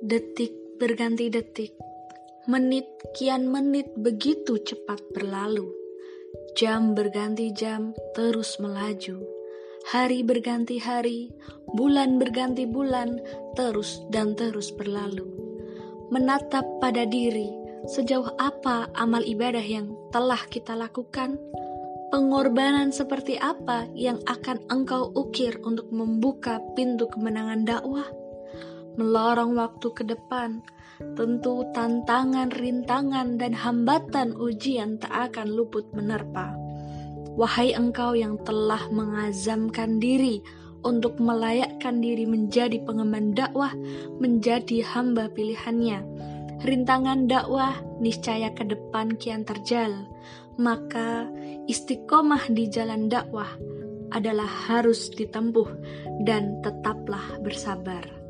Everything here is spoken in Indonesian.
Detik berganti detik, menit kian menit begitu cepat berlalu. Jam berganti jam terus melaju. Hari berganti hari, bulan berganti bulan, terus dan terus berlalu. Menatap pada diri, sejauh apa amal ibadah yang telah kita lakukan? Pengorbanan seperti apa yang akan engkau ukir untuk membuka pintu kemenangan dakwah? Melorong waktu ke depan, tentu tantangan, rintangan, dan hambatan ujian tak akan luput menerpa. Wahai engkau yang telah mengazamkan diri untuk melayakkan diri menjadi pengemban dakwah, menjadi hamba pilihannya. Rintangan dakwah niscaya ke depan kian terjal, maka istiqomah di jalan dakwah adalah harus ditempuh dan tetaplah bersabar.